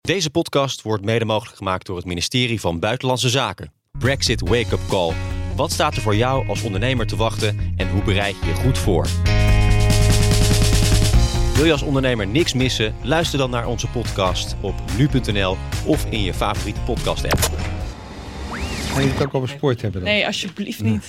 Deze podcast wordt mede mogelijk gemaakt door het ministerie van Buitenlandse Zaken. Brexit Wake-up Call. Wat staat er voor jou als ondernemer te wachten en hoe bereid je je goed voor? Wil je als ondernemer niks missen? Luister dan naar onze podcast op nu.nl of in je favoriete podcast app. Ga je het ook over sport hebben dan? Nee, alsjeblieft niet.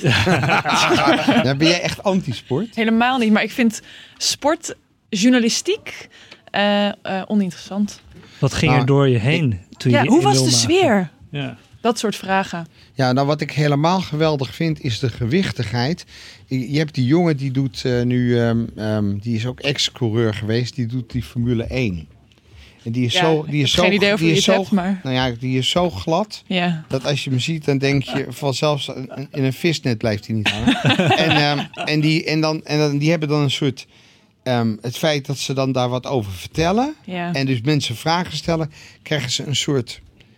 Dan ben jij echt anti-sport? Helemaal niet, maar ik vind sportjournalistiek oninteressant. Wat ging er door je heen toen je hoe was de maakte? sfeer? Ja. Dat soort vragen. Ja, nou wat ik helemaal geweldig vind is de gewichtigheid. Je hebt die jongen die doet die is ook ex-coureur geweest, die doet die Formule 1. En die is geen idee of je het hebt, maar... Nou ja, die is zo glad, dat als je hem ziet, dan denk je van zelfs in een visnet blijft hij niet hangen. en die hebben dan een soort... het feit dat ze dan daar wat over vertellen en dus mensen vragen stellen, krijgen ze een soort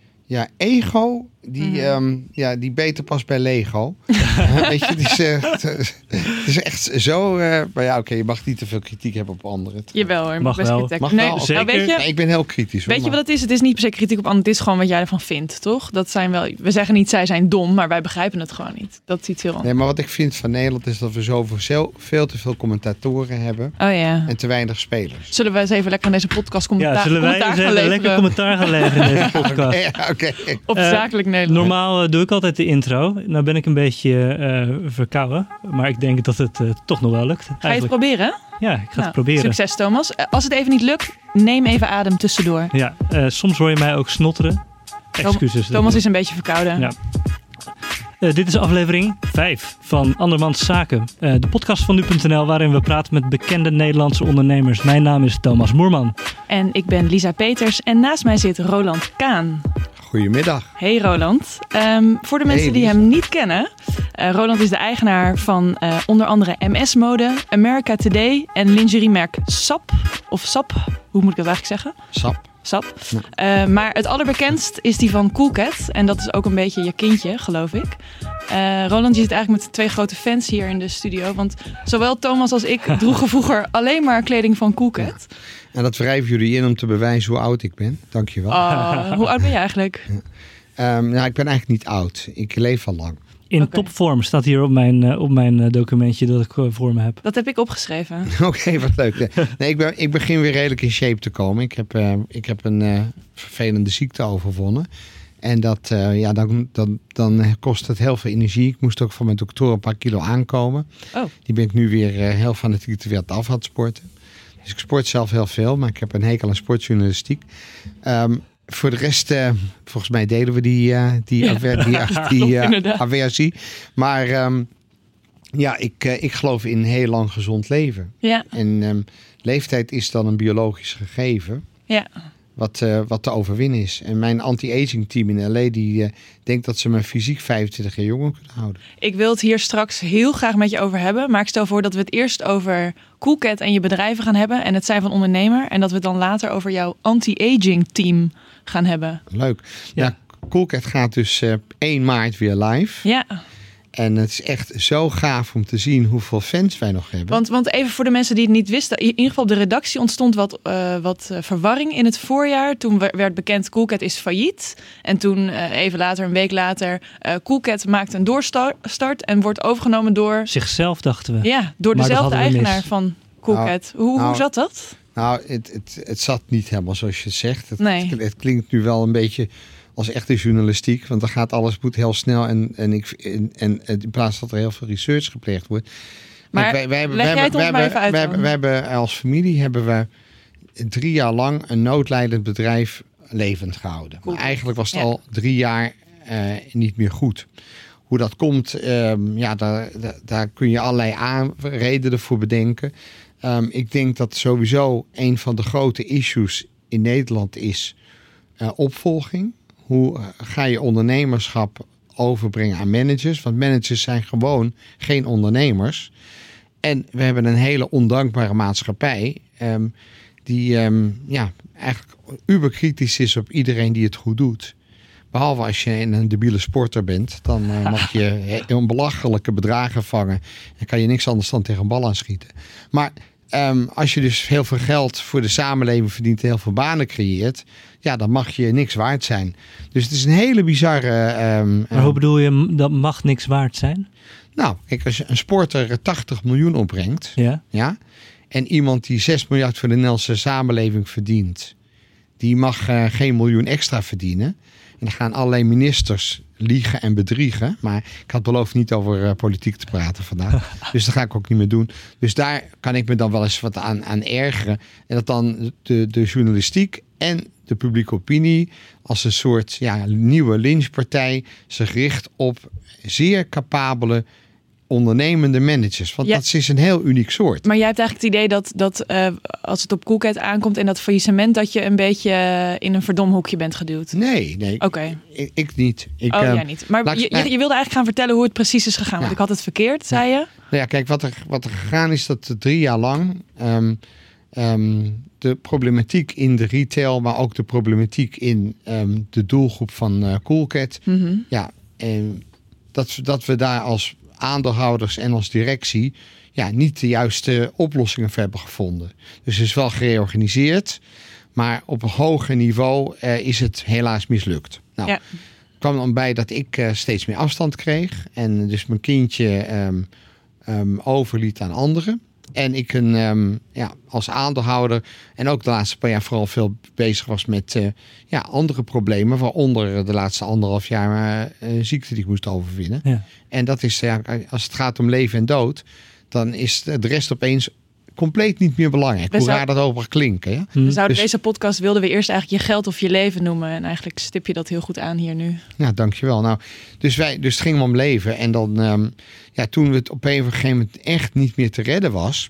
ego die beter past bij Lego. Weet je, het is echt zo... maar ja, oké, je mag niet te veel kritiek hebben op anderen. Jawel hoor, mag best wel. kritiek. Mag nee, wel. Zeker. Nou, weet je, Nee, ik ben heel kritisch. weet je wat het is? Het is niet per se kritiek op anderen, het is gewoon wat jij ervan vindt, toch? Dat zijn wel... We zeggen niet zij zijn dom, maar wij begrijpen het gewoon niet. Dat is iets heel anders. Nee, maar wat ik vind van Nederland is dat we veel te veel commentatoren hebben Oh ja. en te weinig spelers. Zullen we eens even lekker aan deze podcast Zullen wij eens gaan even leveren? lekker commentaar gaan leveren in deze podcast? Oké. Op zakelijk Nederland. Normaal doe ik altijd de intro. Nou ben ik een beetje verkouden. Maar ik denk dat het toch nog wel lukt. Ga je het Eigenlijk. proberen? Ja, ik ga het proberen. Succes Thomas. Als het even niet lukt, neem even adem tussendoor. Ja, soms hoor je mij ook snotteren. Excuses. Thomas is een beetje verkouden. Ja. Dit is aflevering 5 van Andermans Zaken. De podcast van nu.nl waarin we praten met bekende Nederlandse ondernemers. Mijn naam is Thomas Moerman. En ik ben Lisa Peters en naast mij zit Roland Kaan. Goedemiddag. Hey Roland. Voor de mensen die hem niet kennen. Roland is de eigenaar van onder andere MS Mode, America Today en lingeriemerk SAP. Of SAP, hoe moet ik dat eigenlijk zeggen? SAP. Maar het allerbekendst is die van Coolcat. En dat is ook een beetje je kindje, geloof ik. Roland, je zit eigenlijk met 2 grote fans hier in de studio. Want zowel Thomas als ik droegen vroeger alleen maar kleding van Coolcat. Ja. En dat wrijven jullie in om te bewijzen hoe oud ik ben. Dankjewel. Hoe oud ben je eigenlijk? Ik ben eigenlijk niet oud. Ik leef al lang. In topvorm staat hier op mijn documentje dat ik voor me heb. Dat heb ik opgeschreven. Oké, wat leuk. Nee, ik begin weer redelijk in shape te komen. Ik heb een vervelende ziekte overwonnen. En dan kost het heel veel energie. Ik moest ook van mijn dokter een paar kilo aankomen. Oh. Die ben ik nu weer heel fanatiek weer af aan het sporten. Dus ik sport zelf heel veel, maar ik heb een hekel aan sportjournalistiek. Voor de rest, volgens mij delen we die aversie. Maar ik geloof in een heel lang gezond leven. Ja. En leeftijd is dan een biologisch gegeven. Ja. Wat te overwinnen is. En mijn anti-aging team in LA die denkt dat ze me fysiek 25 jaar jonger kunnen houden. Ik wil het hier straks heel graag met je over hebben. Maar ik stel voor dat we het eerst over Coolcat en je bedrijven gaan hebben. En het zijn van ondernemer. En dat we het dan later over jouw anti-aging team gaan hebben. Leuk. Ja, Coolcat gaat dus 1 maart weer live. Ja. En het is echt zo gaaf om te zien hoeveel fans wij nog hebben. Want even voor de mensen die het niet wisten. In ieder geval op de redactie ontstond wat verwarring in het voorjaar. Toen werd bekend Coolcat is failliet. En toen even later, een week later, Coolcat maakt een doorstart en wordt overgenomen door... Zichzelf dachten we. Ja, door Maar dezelfde eigenaar van Coolcat. Hoe zat dat? Nou, het zat niet helemaal zoals je het zegt. Het klinkt nu wel een beetje als echte journalistiek, want dan gaat alles moet heel snel en in plaats dat er heel veel research gepleegd wordt. Maar we hebben als familie hebben we 3 jaar lang een noodlijdend bedrijf levend gehouden. Maar eigenlijk was het al 3 jaar niet meer goed. Hoe dat komt, daar kun je allerlei redenen voor bedenken. Ik denk dat sowieso een van de grote issues in Nederland is opvolging. Hoe ga je ondernemerschap overbrengen aan managers? Want managers zijn gewoon geen ondernemers. En we hebben een hele ondankbare maatschappij die eigenlijk uberkritisch is op iedereen die het goed doet. Behalve als je een debiele sporter bent, dan mag je een belachelijke bedragen vangen. Dan kan je niks anders dan tegen een bal aanschieten. Maar als je dus heel veel geld voor de samenleving verdient en heel veel banen creëert, ja, dan mag je niks waard zijn. Dus het is een hele bizarre... maar hoe bedoel je, dat mag niks waard zijn? Nou, kijk, als een sporter 80 miljoen opbrengt, ja, en iemand die 6 miljard voor de Nederlandse samenleving verdient, die mag geen miljoen extra verdienen. En dan gaan allerlei ministers liegen en bedriegen. Maar ik had beloofd niet over politiek te praten vandaag. Dus dat ga ik ook niet meer doen. Dus daar kan ik me dan wel eens wat aan ergeren. En dat dan de journalistiek en de publieke opinie als een soort nieuwe lynchpartij zich richt op zeer capabele ondernemende managers. Want dat is een heel uniek soort. Maar jij hebt eigenlijk het idee dat als het op Coolcat aankomt en dat faillissement, dat je een beetje in een verdomhoekje bent geduwd? Nee. Oké. Ik niet. Jij niet. Maar je wilde eigenlijk gaan vertellen hoe het precies is gegaan. Want ik had het verkeerd, zei je? Nou ja, kijk, wat er gegaan is dat 3 jaar lang de problematiek in de retail, maar ook de problematiek in de doelgroep van Coolcat. Mm-hmm. Ja, dat we daar als aandeelhouders en als directie niet de juiste oplossingen voor hebben gevonden. Dus het is wel gereorganiseerd, maar op een hoger niveau is het helaas mislukt. Nou, het kwam dan bij dat ik steeds meer afstand kreeg en dus mijn kindje overliet aan anderen. En ik als aandeelhouder en ook de laatste paar jaar vooral veel bezig was met andere problemen. Waaronder de laatste 1,5 jaar ziekte die ik moest overwinnen. Ja. En dat is, als het gaat om leven en dood, dan is de rest opeens compleet niet meer belangrijk. Hoe raar dat over klinken. Ja? We zouden deze podcast, wilden we eerst eigenlijk je geld of je leven noemen. En eigenlijk stip je dat heel goed aan hier nu. Ja, dankjewel. Nou, dus het ging om leven. En dan, toen het op een gegeven moment echt niet meer te redden was,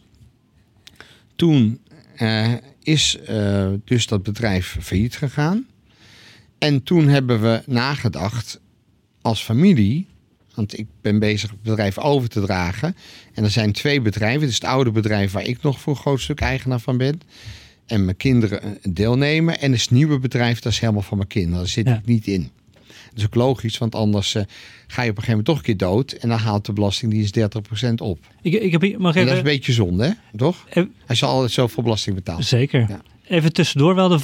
toen is dus dat bedrijf failliet gegaan. En toen hebben we nagedacht als familie, want ik ben bezig het bedrijf over te dragen. En er zijn 2 bedrijven. Het is het oude bedrijf waar ik nog voor een groot stuk eigenaar van ben. En mijn kinderen deelnemen. En het nieuwe bedrijf, dat is helemaal van mijn kinderen. Daar zit ik niet in. Dat is ook logisch, want anders ga je op een gegeven moment toch een keer dood. En dan haalt de belastingdienst 30% op. Ik heb hier, dat is een beetje zonde, hè? Toch? Als je altijd zoveel belasting betaalt. Zeker. Ja. Even tussendoor, wel de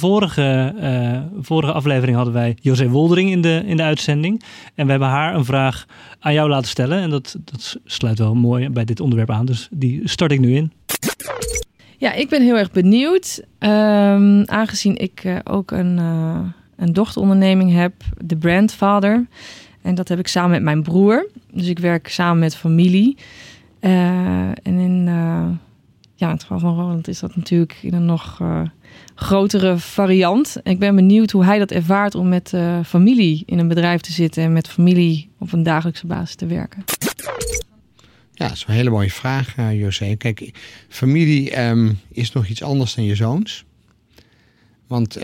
vorige aflevering hadden wij José Woldering in de uitzending. En we hebben haar een vraag aan jou laten stellen. En dat sluit wel mooi bij dit onderwerp aan. Dus die start ik nu in. Ja, ik ben heel erg benieuwd. Aangezien ik ook een dochteronderneming heb, de Brandfather. En dat heb ik samen met mijn broer. Dus ik werk samen met familie. En in het geval van Roland is dat natuurlijk in een nog grotere variant. Ik ben benieuwd hoe hij dat ervaart om met familie in een bedrijf te zitten en met familie op een dagelijkse basis te werken. Ja, dat is een hele mooie vraag, José. Kijk, familie is nog iets anders dan je zoons. Want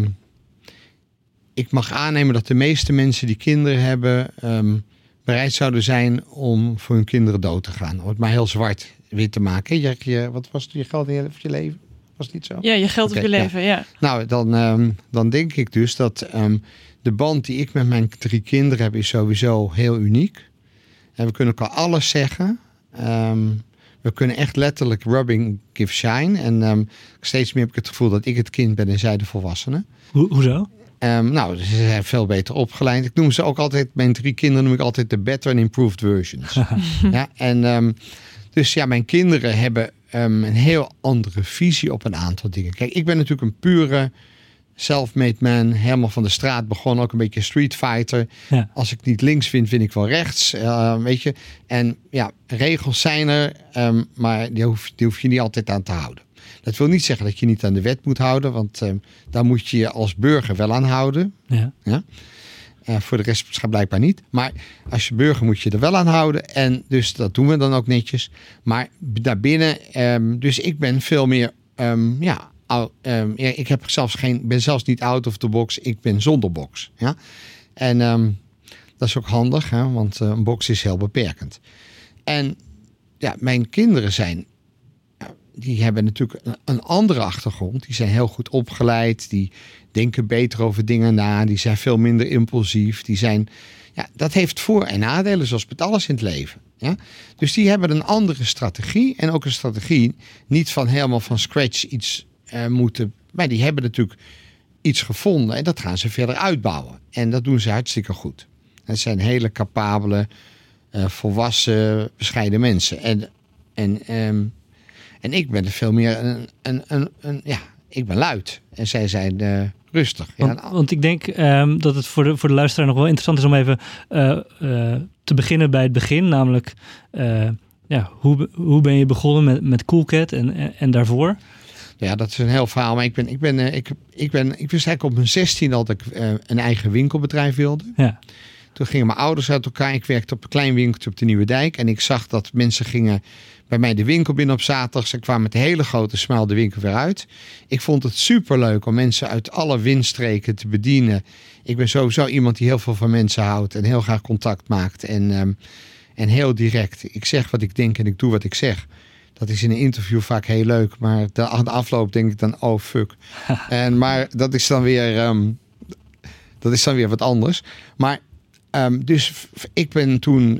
ik mag aannemen dat de meeste mensen die kinderen hebben bereid zouden zijn om voor hun kinderen dood te gaan. Om het maar heel zwart-wit te maken. Wat was het, je geld in je leven? Was het niet zo? Ja, je geld op je leven, ja. Nou, dan denk ik dus dat de band die ik met mijn 3 kinderen heb is sowieso heel uniek. En we kunnen elkaar alles zeggen. We kunnen echt letterlijk rubbing give shine. En steeds meer heb ik het gevoel dat ik het kind ben en zij de volwassene. Hoezo? Ze zijn veel beter opgeleid. Ik noem ze ook altijd, mijn 3 kinderen noem ik altijd de better and improved versions. Ja, en mijn kinderen hebben een heel andere visie op een aantal dingen. Kijk, ik ben natuurlijk een pure self-made man, helemaal van de straat begonnen, ook een beetje street fighter. Ja. Als ik niet links vind ik wel rechts, weet je. En ja, regels zijn er, maar die hoef je niet altijd aan te houden. Dat wil niet zeggen dat je niet aan de wet moet houden, want daar moet je je als burger wel aan houden. Ja. Ja? Voor de rest blijkbaar niet. Maar als je burger moet je er wel aan houden. En dus dat doen we dan ook netjes. Maar daarbinnen, dus ik ben veel meer, ik heb ben zelfs niet out of the box. Ik ben zonder box. Ja? En dat is ook handig, hè? Want een box is heel beperkend. En ja, mijn kinderen zijn die hebben natuurlijk een andere achtergrond. Die zijn heel goed opgeleid. Die denken beter over dingen na. Die zijn veel minder impulsief. Dat heeft voor- en nadelen, zoals met alles in het leven. Ja? Dus die hebben een andere strategie. En ook een strategie niet van helemaal van scratch iets moeten. Maar die hebben natuurlijk iets gevonden. En dat gaan ze verder uitbouwen. En dat doen ze hartstikke goed. Het zijn hele capabele, volwassen, bescheiden mensen. En ik ben er veel meer ik ben luid. En zij zijn rustig. Want ik denk dat het voor de luisteraar nog wel interessant is om even te beginnen bij het begin. Namelijk, hoe ben je begonnen met Coolcat en daarvoor? Ja, dat is een heel verhaal. Maar ik wist eigenlijk op mijn 16 dat ik een eigen winkelbedrijf wilde. Ja. Toen gingen mijn ouders uit elkaar. Ik werkte op een klein winkeltje op de Nieuwe Dijk. En ik zag dat mensen gingen bij mij de winkel binnen op zaterdag. Ze kwamen met een hele grote smile de winkel weer uit. Ik vond het superleuk om mensen uit alle windstreken te bedienen. Ik ben sowieso iemand die heel veel van mensen houdt. En heel graag contact maakt. En heel direct. Ik zeg wat ik denk en ik doe wat ik zeg. Dat is in een interview vaak heel leuk. Maar de afloop denk ik dan, oh fuck. Maar dat is dan weer wat anders. Maar dus ik ben toen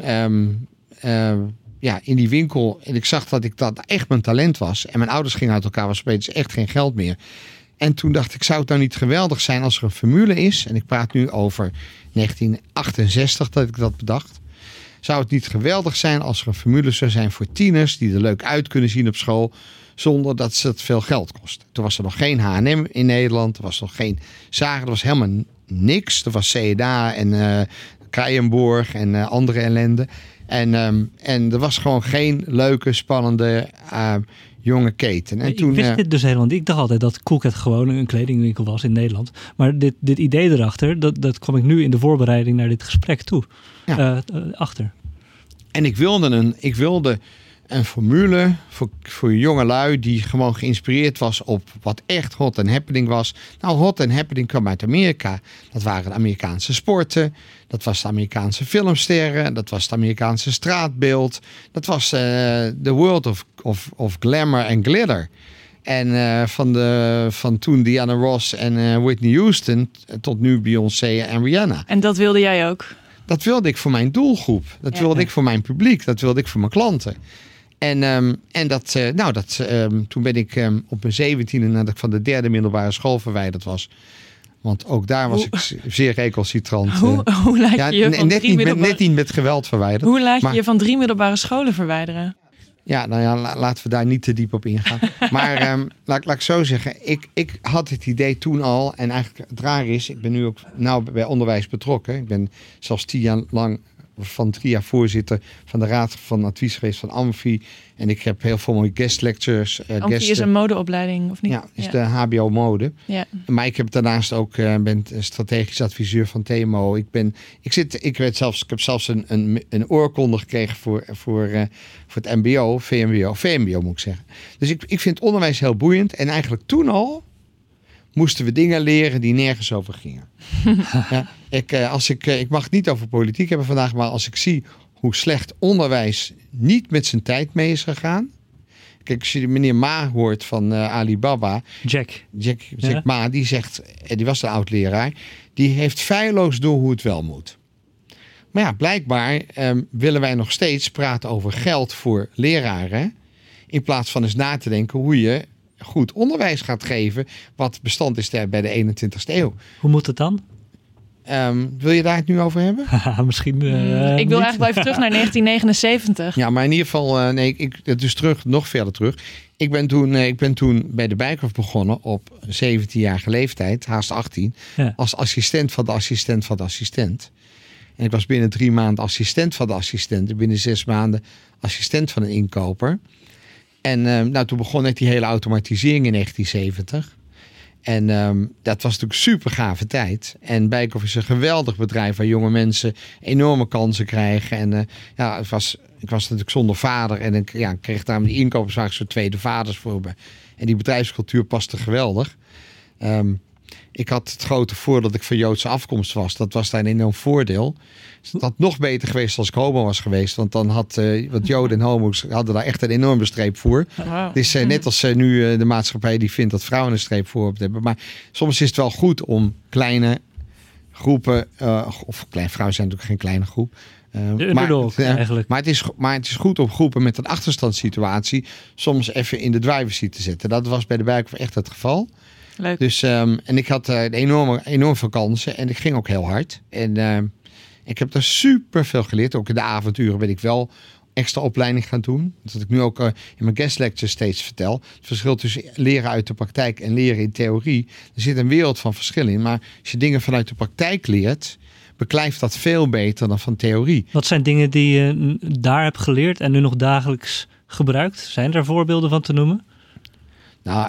in die winkel. En ik zag dat echt mijn talent was. En mijn ouders gingen uit elkaar. Was opeens echt geen geld meer. En toen dacht ik, zou het nou niet geweldig zijn als er een formule is. En ik praat nu over 1968 dat ik dat bedacht. Zou het niet geweldig zijn als er een formule zou zijn voor tieners die er leuk uit kunnen zien op school, zonder dat het veel geld kost. Toen was er nog geen H&M in Nederland, er was nog geen Zara, er was helemaal niks. Er was C&A en Keijenborg en andere ellende. En er was gewoon geen leuke, spannende jonge keten. En ik wist dit dus helemaal niet. Ik dacht altijd dat Coolcat gewoon een kledingwinkel was in Nederland. Maar dit idee erachter, dat kwam ik nu in de voorbereiding naar dit gesprek toe. Ja. Achter. En ik wilde een formule voor jongelui die gewoon geïnspireerd was op wat echt hot and happening was. Nou, hot and happening kwam uit Amerika. Dat waren de Amerikaanse sporten. Dat was de Amerikaanse filmsterren. Dat was het Amerikaanse straatbeeld. Dat was the world of glamour en glitter. En van toen Diana Ross en Whitney Houston tot nu Beyoncé en Rihanna. En dat wilde jij ook? Dat wilde ik voor mijn doelgroep. Dat wilde ik voor mijn publiek. Dat wilde ik voor mijn klanten. Toen ben ik op mijn 17e, nadat ik van de 3e middelbare school verwijderd was. Want ook daar was ik zeer recalcitrant. Hoe laat je van net niet met geweld verwijderd. Hoe laat je van 3 middelbare scholen verwijderen? Ja, nou ja, laten we daar niet te diep op ingaan. Maar laat ik zo zeggen, ik had het idee toen al. En eigenlijk het raar is, ik ben nu ook bij onderwijs betrokken. Ik ben zelfs 10 jaar lang van 3 jaar voorzitter van de Raad van Advies geweest van Amfi. En ik heb heel veel mooie guest lectures. Amfi is een modeopleiding, of niet? Ja, is de HBO mode. Ja. Maar ik heb daarnaast ook ben strategisch adviseur van TMO. Ik heb zelfs een oorkonde gekregen voor het MBO, VMBO moet ik zeggen. Dus ik vind onderwijs heel boeiend. En eigenlijk toen al moesten we dingen leren die nergens over gingen. Ik mag het niet over politiek hebben vandaag, maar als ik zie hoe slecht onderwijs niet met zijn tijd mee is gegaan. Kijk, als je meneer Ma hoort van Alibaba. Jack Ma, die zegt, die was een oud-leraar, die heeft feilloos door hoe het wel moet. Maar ja, blijkbaar willen wij nog steeds praten over geld voor leraren, in plaats van eens na te denken hoe je goed onderwijs gaat geven, wat bestand is bij de 21ste eeuw. Hoe moet het dan? Wil je daar het nu over hebben? Misschien. Ik wil eigenlijk wel even terug naar 1979. Ja, maar in ieder geval, het is nog verder terug. Ik ben toen bij de Bijenkorf begonnen op 17-jarige leeftijd, haast 18, als assistent van de assistent van de assistent. En ik was binnen 3 maanden assistent van de assistent. En binnen 6 maanden assistent van een inkoper. En toen begon net die hele automatisering in 1970. En dat was natuurlijk super gave tijd. En Bijenkorf is een geweldig bedrijf waar jonge mensen enorme kansen krijgen. En ik was natuurlijk zonder vader. En ik kreeg daarom die inkopers waren soort tweede vaders voor me. En die bedrijfscultuur paste geweldig. Ik had het grote voordeel dat ik van Joodse afkomst was. Dat was daar een enorm voordeel. Dus het had nog beter geweest als ik homo was geweest. Want dan want Joden en homo's hadden daar echt een enorme streep voor. Wow. Het is net als nu de maatschappij die vindt dat vrouwen een streep voor hebben. Maar soms is het wel goed om kleine groepen... vrouwen zijn natuurlijk geen kleine groep... eigenlijk. Maar het is goed om groepen met een achterstandssituatie soms even in de driver's seat te zetten. Dat was bij de Bijenkorf echt het geval. Leuk. Dus, en ik had enorm veel kansen en ik ging ook heel hard. En ik heb daar super veel geleerd. Ook in de avonturen ben ik wel extra opleiding gaan doen. Dat ik nu ook in mijn guest lecture steeds vertel. Het verschil tussen leren uit de praktijk en leren in theorie. Er zit een wereld van verschil in. Maar als je dingen vanuit de praktijk leert, beklijft dat veel beter dan van theorie. Wat zijn dingen die je daar hebt geleerd en nu nog dagelijks gebruikt? Zijn er voorbeelden van te noemen? Nou,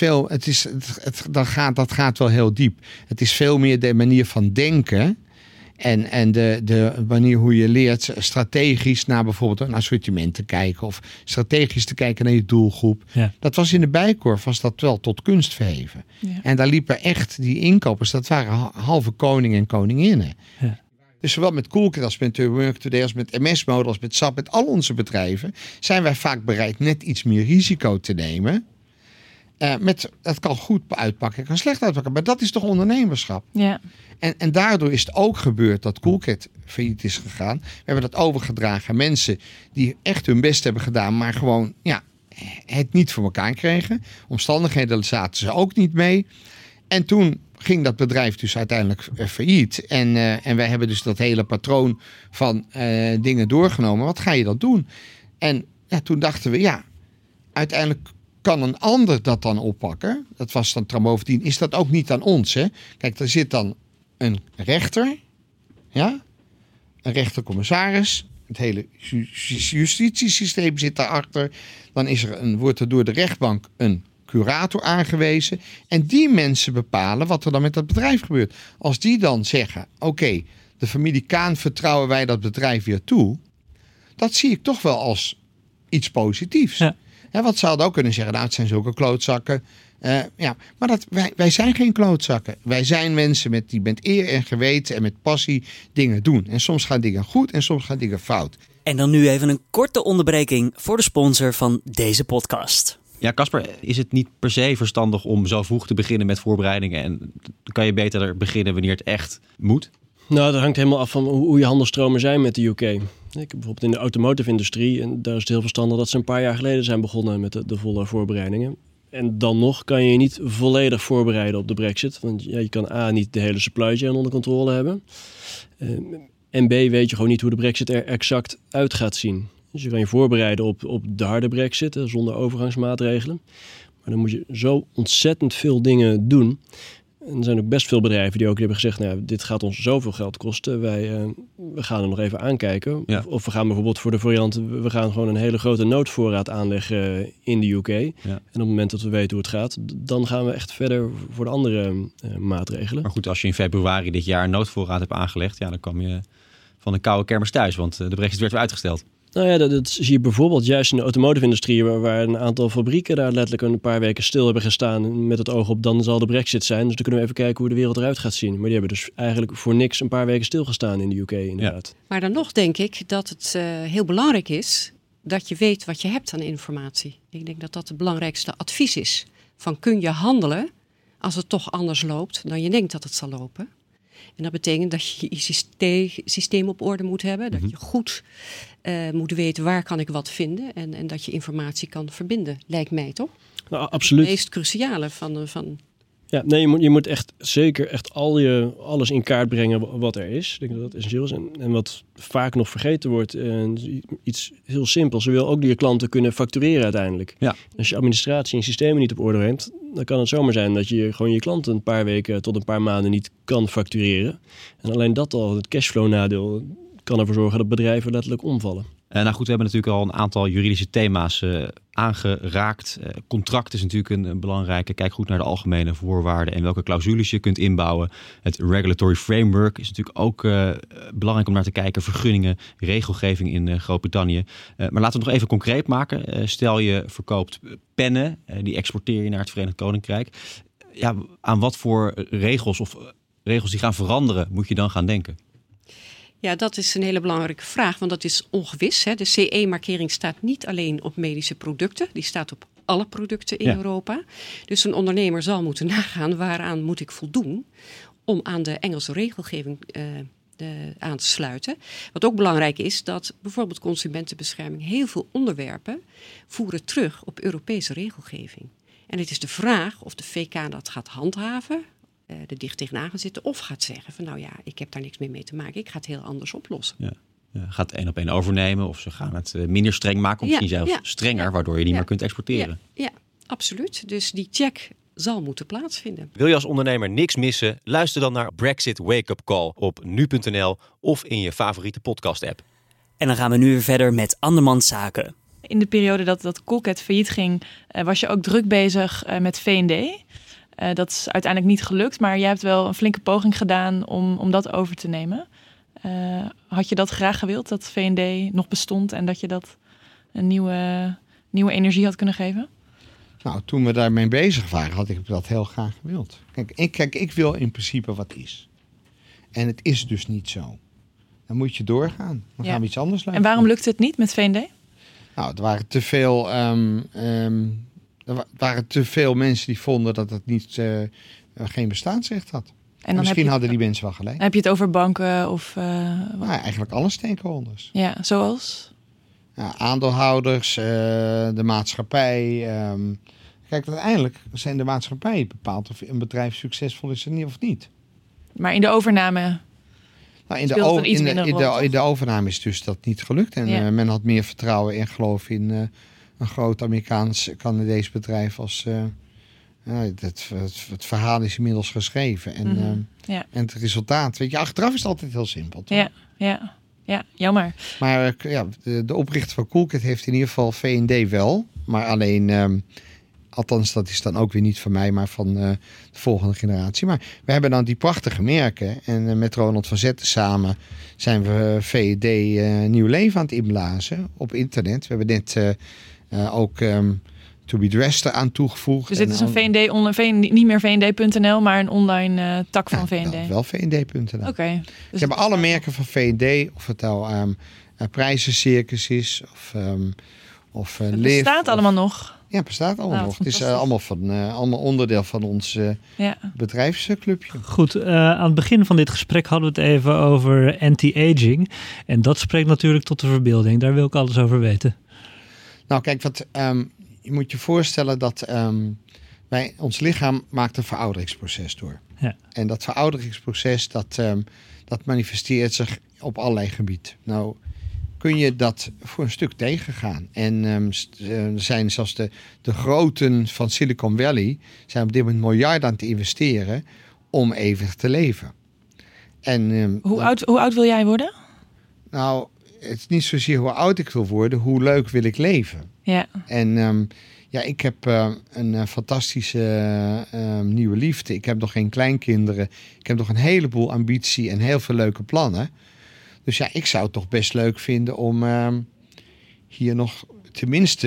dat gaat wel heel diep. Het is veel meer de manier van denken en de manier hoe je leert strategisch naar bijvoorbeeld een assortiment te kijken of strategisch te kijken naar je doelgroep. Ja. Dat was in de Bijenkorf was dat wel tot kunst verheven. Ja. En daar liepen echt die inkopers, dat waren halve koningen en koninginnen. Ja. Dus zowel met Coolkit als met Work2Day als met MS-Mode als met SAP, met al onze bedrijven, zijn wij vaak bereid net iets meer risico te nemen. Dat kan goed uitpakken, kan slecht uitpakken. Maar dat is toch ondernemerschap? Ja. En daardoor is het ook gebeurd dat Coolkit failliet is gegaan. We hebben dat overgedragen aan mensen die echt hun best hebben gedaan, maar gewoon het niet voor elkaar kregen. Omstandigheden zaten ze ook niet mee. En toen ging dat bedrijf dus uiteindelijk failliet. En wij hebben dus dat hele patroon van dingen doorgenomen. Wat ga je dan doen? En toen dachten we, uiteindelijk kan een ander dat dan oppakken. Dat was dan bovendien, is dat ook niet aan ons. Hè? Kijk, er zit dan een rechter, een rechtercommissaris. Het hele justitiesysteem zit daarachter. Dan wordt er door de rechtbank een curator aangewezen. En die mensen bepalen wat er dan met dat bedrijf gebeurt. Als die dan zeggen, oké, de familie Kaan vertrouwen wij dat bedrijf weer toe. Dat zie ik toch wel als iets positiefs. Ja. Wat ze hadden ook kunnen zeggen, het zijn zulke klootzakken. Maar wij zijn geen klootzakken. Wij zijn mensen die met eer en geweten en met passie dingen doen. En soms gaan dingen goed en soms gaan dingen fout. En dan nu even een korte onderbreking voor de sponsor van deze podcast. Ja, Casper, is het niet per se verstandig om zo vroeg te beginnen met voorbereidingen? En kan je beter beginnen wanneer het echt moet? Nou, dat hangt helemaal af van hoe je handelstromen zijn met de UK. Ik heb bijvoorbeeld in de automotive-industrie, en daar is het heel verstandig dat ze een paar jaar geleden zijn begonnen met de volle voorbereidingen. En dan nog kan je je niet volledig voorbereiden op de Brexit. Want je kan A, niet de hele supply chain onder controle hebben. En B, weet je gewoon niet hoe de Brexit er exact uit gaat zien. Dus je kan je voorbereiden op de harde Brexit, zonder overgangsmaatregelen. Maar dan moet je zo ontzettend veel dingen doen. En er zijn ook best veel bedrijven die ook hebben gezegd, dit gaat ons zoveel geld kosten. We gaan er nog even aankijken. Ja. Of we gaan bijvoorbeeld voor de variant, we gaan gewoon een hele grote noodvoorraad aanleggen in de UK. Ja. En op het moment dat we weten hoe het gaat, dan gaan we echt verder voor de andere maatregelen. Maar goed, als je in februari dit jaar een noodvoorraad hebt aangelegd, dan kwam je van een koude kermis thuis, want de Brexit werd weer uitgesteld. Nou ja, dat zie je bijvoorbeeld juist in de automotive-industrie, waar een aantal fabrieken daar letterlijk een paar weken stil hebben gestaan met het oog op, dan zal de Brexit zijn. Dus dan kunnen we even kijken hoe de wereld eruit gaat zien. Maar die hebben dus eigenlijk voor niks een paar weken stilgestaan in de UK inderdaad. Ja. Maar dan nog denk ik dat het heel belangrijk is dat je weet wat je hebt aan informatie. Ik denk dat dat het belangrijkste advies is. Van kun je handelen als het toch anders loopt dan je denkt dat het zal lopen. En dat betekent dat je je systeem op orde moet hebben. Dat je goed moet weten waar kan ik wat vinden. En dat je informatie kan verbinden, lijkt mij toch? Nou, absoluut. Het meest cruciale van... Ja, nee, je moet echt zeker alles in kaart brengen wat er is. Ik denk dat dat essentieel is. En wat vaak nog vergeten wordt, iets heel simpels. Je wil ook je klanten kunnen factureren uiteindelijk. Ja. Als je administratie en systemen niet op orde hebt, dan kan het zomaar zijn dat je gewoon je klanten een paar weken tot een paar maanden niet kan factureren. En alleen dat al, het cashflow nadeel, kan ervoor zorgen dat bedrijven letterlijk omvallen. Nou goed, we hebben natuurlijk al een aantal juridische thema's aangeraakt. Contract is natuurlijk een belangrijke. Kijk goed naar de algemene voorwaarden en welke clausules je kunt inbouwen. Het regulatory framework is natuurlijk ook belangrijk om naar te kijken. Vergunningen, regelgeving in Groot-Brittannië. Maar laten we het nog even concreet maken. Stel je verkoopt pennen, die exporteer je naar het Verenigd Koninkrijk. aan wat voor regels of regels die gaan veranderen moet je dan gaan denken? Ja, dat is een hele belangrijke vraag, want dat is ongewis. Hè. De CE-markering staat niet alleen op medische producten, die staat op alle producten in Europa. Dus een ondernemer zal moeten nagaan waaraan moet ik voldoen om aan de Engelse regelgeving aan te sluiten. Wat ook belangrijk is, dat bijvoorbeeld consumentenbescherming heel veel onderwerpen voeren terug op Europese regelgeving. En het is de vraag of de VK dat gaat handhaven, er dicht tegenaan gaan zitten, of gaat zeggen van ik heb daar niks meer mee te maken, ik ga het heel anders oplossen. Ja. Gaat het 1-op-1 overnemen of ze gaan het minder streng maken, of misschien zelfs strenger, waardoor je niet meer kunt exporteren. Ja, absoluut. Dus die check zal moeten plaatsvinden. Wil je als ondernemer niks missen? Luister dan naar Brexit Wake Up Call op nu.nl of in je favoriete podcast-app. En dan gaan we nu weer verder met andermans zaken. In de periode dat Coolcat failliet ging, was je ook druk bezig met V&D. Dat is uiteindelijk niet gelukt, maar jij hebt wel een flinke poging gedaan om dat over te nemen. Had je dat graag gewild, dat V&D nog bestond en dat je dat een nieuwe energie had kunnen geven? Nou, toen we daarmee bezig waren, had ik dat heel graag gewild. Kijk, ik wil in principe wat is. En het is dus niet zo. Dan moet je doorgaan. Dan gaan we iets anders laten. En waarom lukte het niet met V&D? Nou, er waren te veel mensen die vonden dat het niet geen bestaansrecht had. En misschien hadden die mensen wel gelijk. Heb je het over banken of... eigenlijk alle stakeholders. Ja, zoals? Ja, aandeelhouders, de maatschappij. Kijk, uiteindelijk zijn de maatschappijen bepaald of een bedrijf succesvol is of niet. Maar in de overname... Nou, in de overname is dus dat niet gelukt. En men had meer vertrouwen en geloof in een groot Amerikaans-Canadees bedrijf als... Het verhaal is inmiddels geschreven. En, en het resultaat, weet je, achteraf is het altijd heel simpel. Toch? Ja, jammer. Maar de oprichter van Coolcat heeft in ieder geval V&D wel. Maar alleen, althans dat is dan ook weer niet van mij, maar van de volgende generatie. Maar we hebben dan die prachtige merken. En met Ronald van Zetten samen zijn we V&D nieuw leven aan het inblazen op internet. We hebben net ook... To Be Dressed aan toegevoegd. Dus dit is een V&D, niet meer V&D.nl, maar een online tak van V&D. Wel V&D.nl. Oké. Dus hebben alle merken van V&D, of het nou Prijzencircus is, of het Liv. Het bestaat allemaal nog. Ja, het bestaat allemaal nog. Het is allemaal onderdeel van ons bedrijfsclubje. Goed, aan het begin van dit gesprek hadden we het even over anti-aging. En dat spreekt natuurlijk tot de verbeelding. Daar wil ik alles over weten. Nou, kijk, je moet je voorstellen dat ons lichaam maakt een verouderingsproces door. Ja. En dat verouderingsproces, dat manifesteert zich op allerlei gebieden. Nou, kun je dat voor een stuk tegengaan. En er zijn zelfs de groten van Silicon Valley zijn op dit moment miljarden aan te investeren om eeuwig te leven. En, hoe oud wil jij worden? Nou, het is niet zozeer hoe oud ik wil worden, hoe leuk wil ik leven. Ja. En ik heb een fantastische nieuwe liefde. Ik heb nog geen kleinkinderen. Ik heb nog een heleboel ambitie en heel veel leuke plannen. Dus ja, ik zou het toch best leuk vinden om hier nog tenminste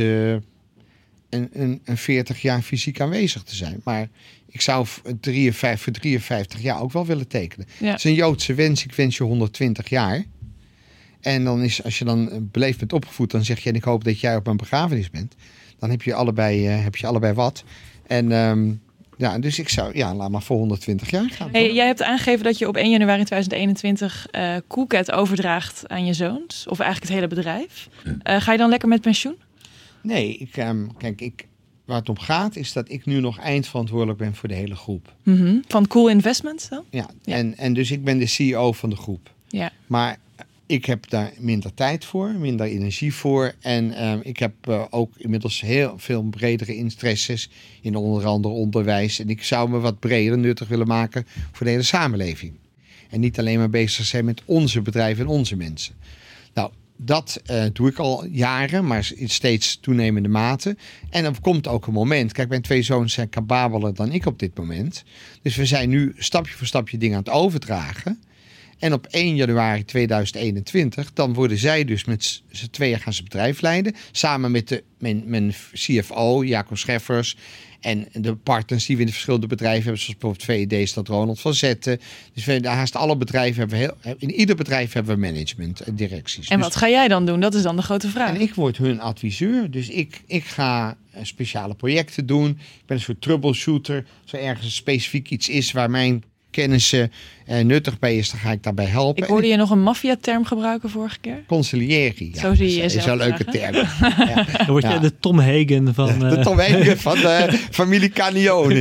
een 40 jaar fysiek aanwezig te zijn. Maar ik zou voor 53 jaar ook wel willen tekenen. Ja. Het is een Joodse wens. Ik wens je 120 jaar. En dan is, als je dan beleefd bent opgevoed, dan zeg je, en ik hoop dat jij op mijn begrafenis bent. Dan heb je allebei wat. En dus ik zou, laat maar voor 120 jaar gaan. Hey, jij hebt aangegeven dat je op 1 januari 2021 Coolcat overdraagt aan je zoons. Of eigenlijk het hele bedrijf. Ga je dan lekker met pensioen? Nee, waar het om gaat is dat ik nu nog eindverantwoordelijk ben voor de hele groep. Mm-hmm. Van Cool Investments dan? Ja. En dus ik ben de CEO van de groep. Ja. Maar ik heb daar minder tijd voor, minder energie voor. En ik heb ook inmiddels heel veel bredere interesses in onder andere onderwijs. En ik zou me wat breder nuttig willen maken voor de hele samenleving. En niet alleen maar bezig zijn met onze bedrijven en onze mensen. Nou, dat doe ik al jaren, maar in steeds toenemende mate. En dan komt ook een moment. Kijk, mijn 2 zoons zijn kababeler dan ik op dit moment. Dus we zijn nu stapje voor stapje dingen aan het overdragen. En op 1 januari 2021, dan worden zij dus met z'n tweeën gaan ze bedrijf leiden. Samen met mijn CFO, Jacob Scheffers. En de partners die we in de verschillende bedrijven hebben, zoals bijvoorbeeld VED, staat Ronald van Zetten. Dus haast alle bedrijven in ieder bedrijf hebben we management en directies. En wat ga jij dan doen? Dat is dan de grote vraag. En ik word hun adviseur. Dus ik ga speciale projecten doen. Ik ben een soort troubleshooter. Als er ergens specifiek iets is waar mijn kennis nuttig bij is, dan ga ik daarbij helpen. Ik hoorde je nog een maffia-term gebruiken vorige keer. Conciliëri. Ja, zo zie je is een leuke term. Ja. Dan word je de Tom Hagen van... De Tom Hagen van de familie Canione.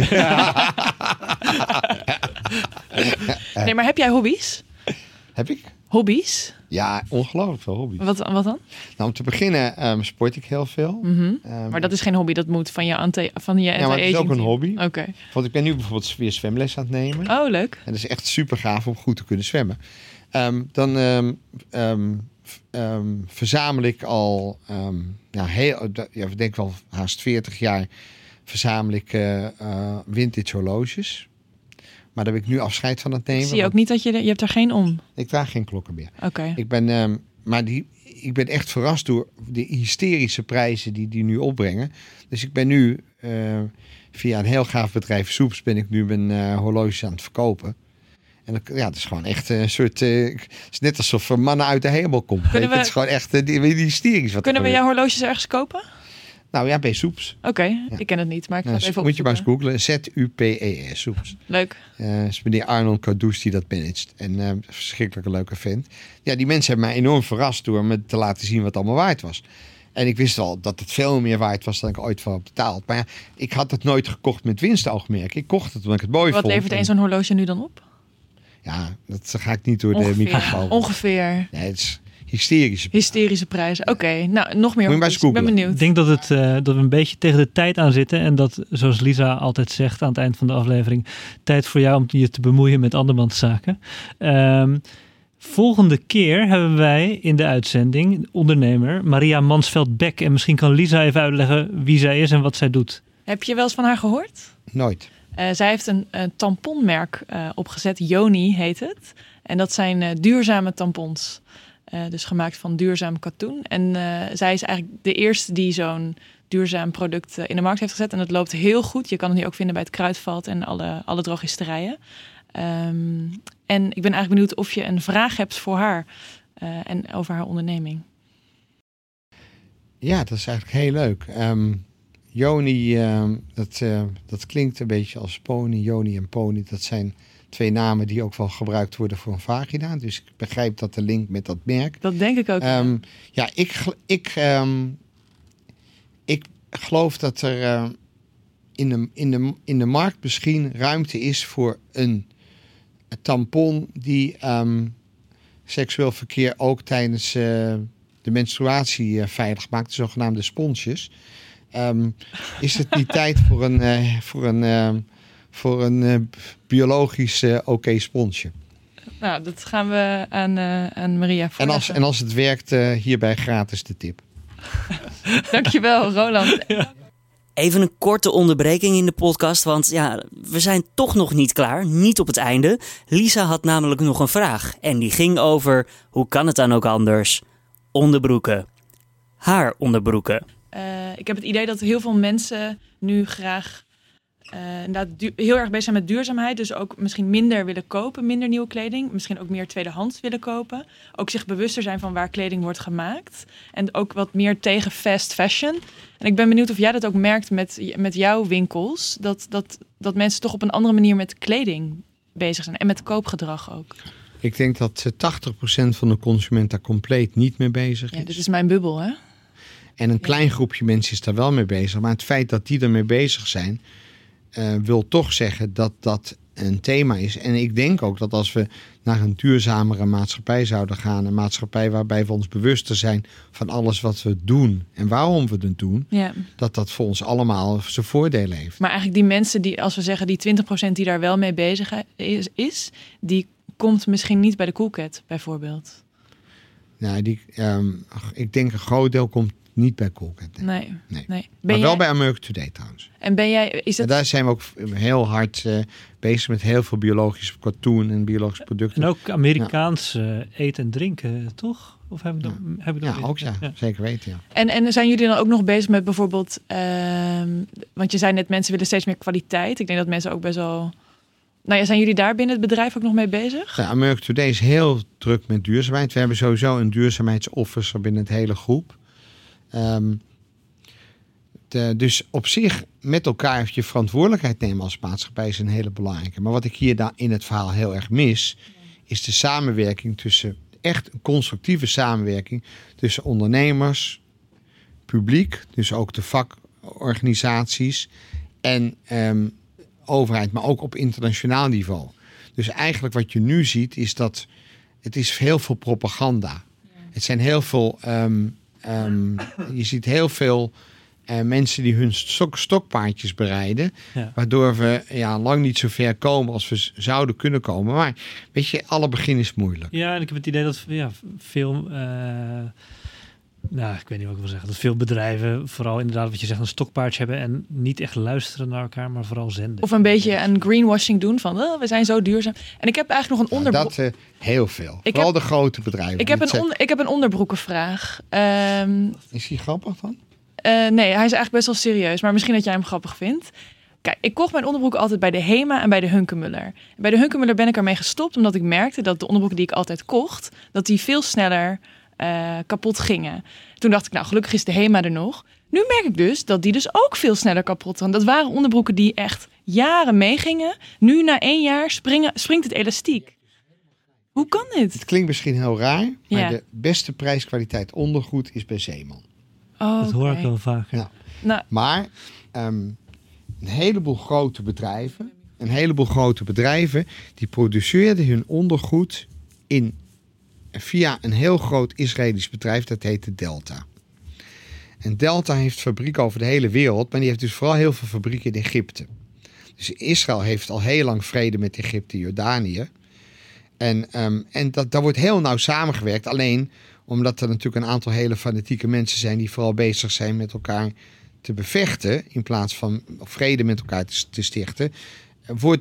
Nee, maar heb jij hobby's? Heb ik? Hobby's? Ja, ongelooflijk veel hobby's. Wat dan? Nou, om te beginnen sport ik heel veel. Mm-hmm. Maar dat is geen hobby, dat moet van je anti-aging. Ja, maar het is ook een hobby. Oké. Want ik ben nu bijvoorbeeld weer zwemles aan het nemen. Oh, leuk. En dat is echt super gaaf om goed te kunnen zwemmen. Dan verzamel ik al, ik denk wel haast 40 jaar, verzamel ik vintage horloges. Maar daar ben ik nu afscheid van het nemen. Zie je ook niet dat je hebt er geen om? Ik draag geen klokken meer. Oké. Ik ben echt verrast door de hysterische prijzen die nu opbrengen. Dus ik ben nu via een heel gaaf bedrijf, Soeps, ben ik nu mijn horloges aan het verkopen. En het is gewoon echt een soort... het is net alsof er mannen uit de hemel komt. Het is gewoon echt hysterisch. Kunnen we jouw horloges ergens kopen? Nou ja, bij Soeps. Oké, ik ken het niet, maar ik ga het even moet je maar eens googlen. ZUPES, Soeps. Leuk. Is meneer Arnold Cadoes die dat managt. En verschrikkelijk een leuke vent. Ja, die mensen hebben mij enorm verrast door me te laten zien wat het allemaal waard was. En ik wist al dat het veel meer waard was dan ik ooit van betaald. Maar ja, ik had het nooit gekocht met winstoogmerk. Ik kocht het omdat ik het mooi vond. Wat levert zo'n horloge nu dan op? Ja, dat ga ik niet door de microfoon. Ongeveer. Nee, het is... Hysterische prijzen. Oké, nou nog meer. Ik ben benieuwd. Ik denk dat we een beetje tegen de tijd aan zitten. En dat, zoals Lisa altijd zegt aan het eind van de aflevering, tijd voor jou om je te bemoeien met andermans zaken. Volgende keer hebben wij in de uitzending ondernemer Maria Mansveld-Beck. En misschien kan Lisa even uitleggen wie zij is en wat zij doet. Heb je wel eens van haar gehoord? Nooit. Zij heeft een tamponmerk opgezet. Yoni heet het. En dat zijn duurzame tampons. Dus gemaakt van duurzaam katoen. En zij is eigenlijk de eerste die zo'n duurzaam product in de markt heeft gezet. En het loopt heel goed. Je kan het nu ook vinden bij het Kruidvat en alle drogisterijen. En ik ben eigenlijk benieuwd of je een vraag hebt voor haar en over haar onderneming. Ja, dat is eigenlijk heel leuk. Yoni, dat klinkt een beetje als pony. Yoni en pony, dat zijn 2 namen die ook wel gebruikt worden voor een vagina. Dus ik begrijp dat de link met dat merk. Dat denk ik ook. Ik geloof dat er in de markt misschien ruimte is voor een tampon die seksueel verkeer ook tijdens de menstruatie veilig maakt. De zogenaamde sponsjes. Is het niet tijd voor een biologisch oké sponsje? Nou, dat gaan we aan Maria voorleggen. En als het werkt, hierbij gratis de tip. Dankjewel, Roland. Ja. Even een korte onderbreking in de podcast, want we zijn toch nog niet klaar. Niet op het einde. Lisa had namelijk nog een vraag. En die ging over, hoe kan het dan ook anders? Onderbroeken. Haar onderbroeken. Ik heb het idee dat heel veel mensen nu graag heel erg bezig zijn met duurzaamheid. Dus ook misschien minder willen kopen, minder nieuwe kleding. Misschien ook meer tweedehands willen kopen. Ook zich bewuster zijn van waar kleding wordt gemaakt. En ook wat meer tegen fast fashion. En ik ben benieuwd of jij dat ook merkt met jouw winkels. Dat mensen toch op een andere manier met kleding bezig zijn. En met koopgedrag ook. Ik denk dat 80% van de consument daar compleet niet mee bezig is. Ja, dit is mijn bubbel, hè? En een klein groepje mensen is daar wel mee bezig. Maar het feit dat die ermee bezig zijn, wil toch zeggen dat dat een thema is. En ik denk ook dat als we naar een duurzamere maatschappij zouden gaan, een maatschappij waarbij we ons bewuster zijn van alles wat we doen en waarom we het doen, dat voor ons allemaal zijn voordelen heeft. Maar eigenlijk die mensen die, als we zeggen die 20% die daar wel mee bezig is, die komt misschien niet bij de Cool Cat bijvoorbeeld. Nou, ik denk een groot deel komt niet bij Colgate. Nee. Maar wel bij American Today trouwens. En ben jij... En daar zijn we ook heel hard bezig met heel veel biologisch katoen en biologische producten. En ook Amerikaans eten en drinken, toch? Of heb ik dat ook zeker weten, ja. En zijn jullie dan ook nog bezig met bijvoorbeeld... want je zei net, mensen willen steeds meer kwaliteit. Ik denk dat mensen ook best wel... zijn jullie daar binnen het bedrijf ook nog mee bezig? Ja, American Today is heel druk met duurzaamheid. We hebben sowieso een duurzaamheidsofficer binnen het hele groep. Dus op zich met elkaar je verantwoordelijkheid nemen als maatschappij is een hele belangrijke. Maar wat ik hier in het verhaal heel erg mis, is de samenwerking tussen, echt een constructieve samenwerking tussen ondernemers, publiek, dus ook de vakorganisaties en overheid, maar ook op internationaal niveau. Dus eigenlijk wat je nu ziet is dat het is heel veel propaganda. Het zijn heel veel, je ziet heel veel mensen die hun stokpaardjes bereiden. Ja. Waardoor we lang niet zo ver komen als we zouden kunnen komen. Maar weet je, alle begin is moeilijk. Ja, en ik heb het idee dat veel... ik weet niet wat ik wil zeggen. Dat veel bedrijven vooral inderdaad wat je zegt een stokpaardje hebben en niet echt luisteren naar elkaar, maar vooral zenden. Of een beetje een greenwashing doen van we zijn zo duurzaam. En ik heb eigenlijk nog een onderbroek. Dat heel veel. Vooral de grote bedrijven. Ik heb een onderbroekenvraag. Is die grappig dan? Nee, hij is eigenlijk best wel serieus, maar misschien dat jij hem grappig vindt. Kijk, ik kocht mijn onderbroeken altijd bij de Hema en bij de Hunkemuller. Bij de Hunkemuller ben ik ermee gestopt omdat ik merkte dat de onderbroeken die ik altijd kocht, dat die veel sneller kapot gingen. Toen dacht ik, gelukkig is de Hema er nog. Nu merk ik dus dat die dus ook veel sneller kapot gaan. Dat waren onderbroeken die echt jaren meegingen. Nu na 1 jaar springt het elastiek. Hoe kan dit? Het klinkt misschien heel raar, maar de beste prijskwaliteit ondergoed is bij Zeeman. Oh, dat hoor ik wel vaak. Ja. Maar een heleboel grote bedrijven die produceerden hun ondergoed via een heel groot Israëlisch bedrijf, dat heette Delta. En Delta heeft fabrieken over de hele wereld, maar die heeft dus vooral heel veel fabrieken in Egypte. Dus Israël heeft al heel lang vrede met Egypte en Jordanië. En daar wordt heel nauw samengewerkt. Alleen omdat er natuurlijk een aantal hele fanatieke mensen zijn die vooral bezig zijn met elkaar te bevechten in plaats van vrede met elkaar te stichten, wordt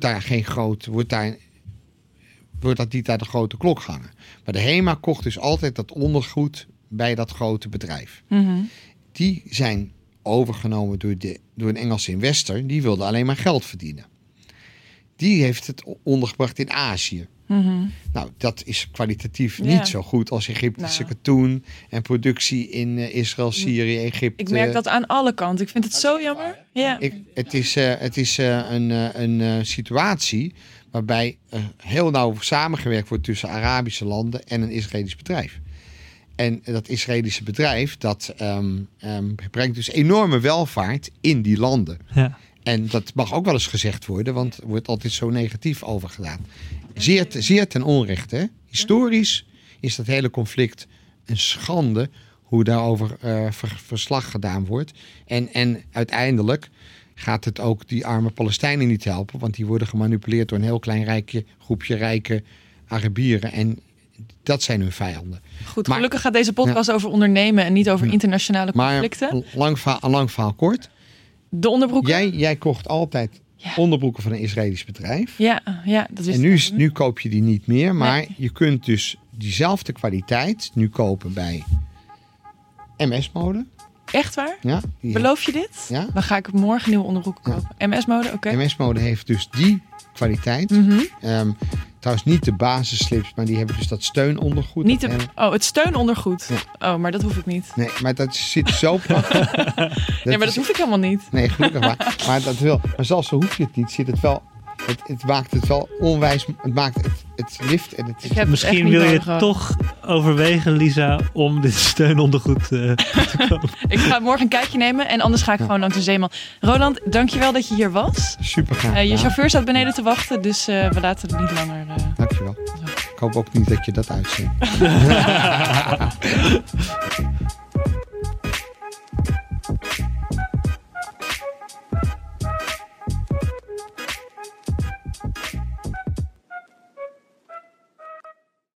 dat niet uit de grote klok hangen. Maar de Hema kocht dus altijd dat ondergoed bij dat grote bedrijf. Mm-hmm. Die zijn overgenomen door een Engelse investor. Die wilde alleen maar geld verdienen. Die heeft het ondergebracht in Azië. Mm-hmm. Nou, dat is kwalitatief niet zo goed als Egyptische katoen en productie in Israël, Syrië, Egypte. Ik merk dat aan alle kanten. Ik vind het zo jammer. Ja. Het is een situatie waarbij heel nauw samengewerkt wordt tussen Arabische landen en een Israëlisch bedrijf. En dat Israëlische bedrijf, dat brengt dus enorme welvaart in die landen. Ja. En dat mag ook wel eens gezegd worden, want er wordt altijd zo negatief over gedaan. Zeer ten onrechte. Hè? Historisch is dat hele conflict een schande hoe daarover verslag gedaan wordt. En uiteindelijk gaat het ook die arme Palestijnen niet helpen, want die worden gemanipuleerd door een heel klein groepje rijke Arabieren. En dat zijn hun vijanden. Goed, gelukkig gaat deze podcast over ondernemen en niet over internationale conflicten. Maar lang verhaal kort. De onderbroeken? Jij kocht altijd onderbroeken van een Israëlisch bedrijf. Ja, dat is. En nu koop je die niet meer, maar je kunt dus diezelfde kwaliteit nu kopen bij MS Mode. Echt waar? Ja. Beloof je dit? Ja. Dan ga ik morgen nieuwe onderbroeken kopen. MS Mode, oké. MS Mode heeft dus die kwaliteit. Mm-hmm. Trouwens niet de basisslips, maar die hebben dus dat steunondergoed. Niet het steunondergoed? Ja. Oh, maar dat hoef ik niet. Nee, maar dat zit zo prachtig. Maar dat hoef ik helemaal niet. Nee, gelukkig maar dat wil. Maar zelfs zo hoef je het niet. Zit het wel. Het maakt het wel onwijs. Het maakt het lift en het. Misschien wil je toch overwegen, Lisa, om dit steunondergoed te kopen. Ik ga morgen een kijkje nemen en anders ga ik gewoon langs de Zeeman. Roland, dankjewel dat je hier was. Super graag. Je chauffeur staat beneden te wachten, dus we laten het niet langer. Dankjewel. Ik hoop ook niet dat je dat uitzendt.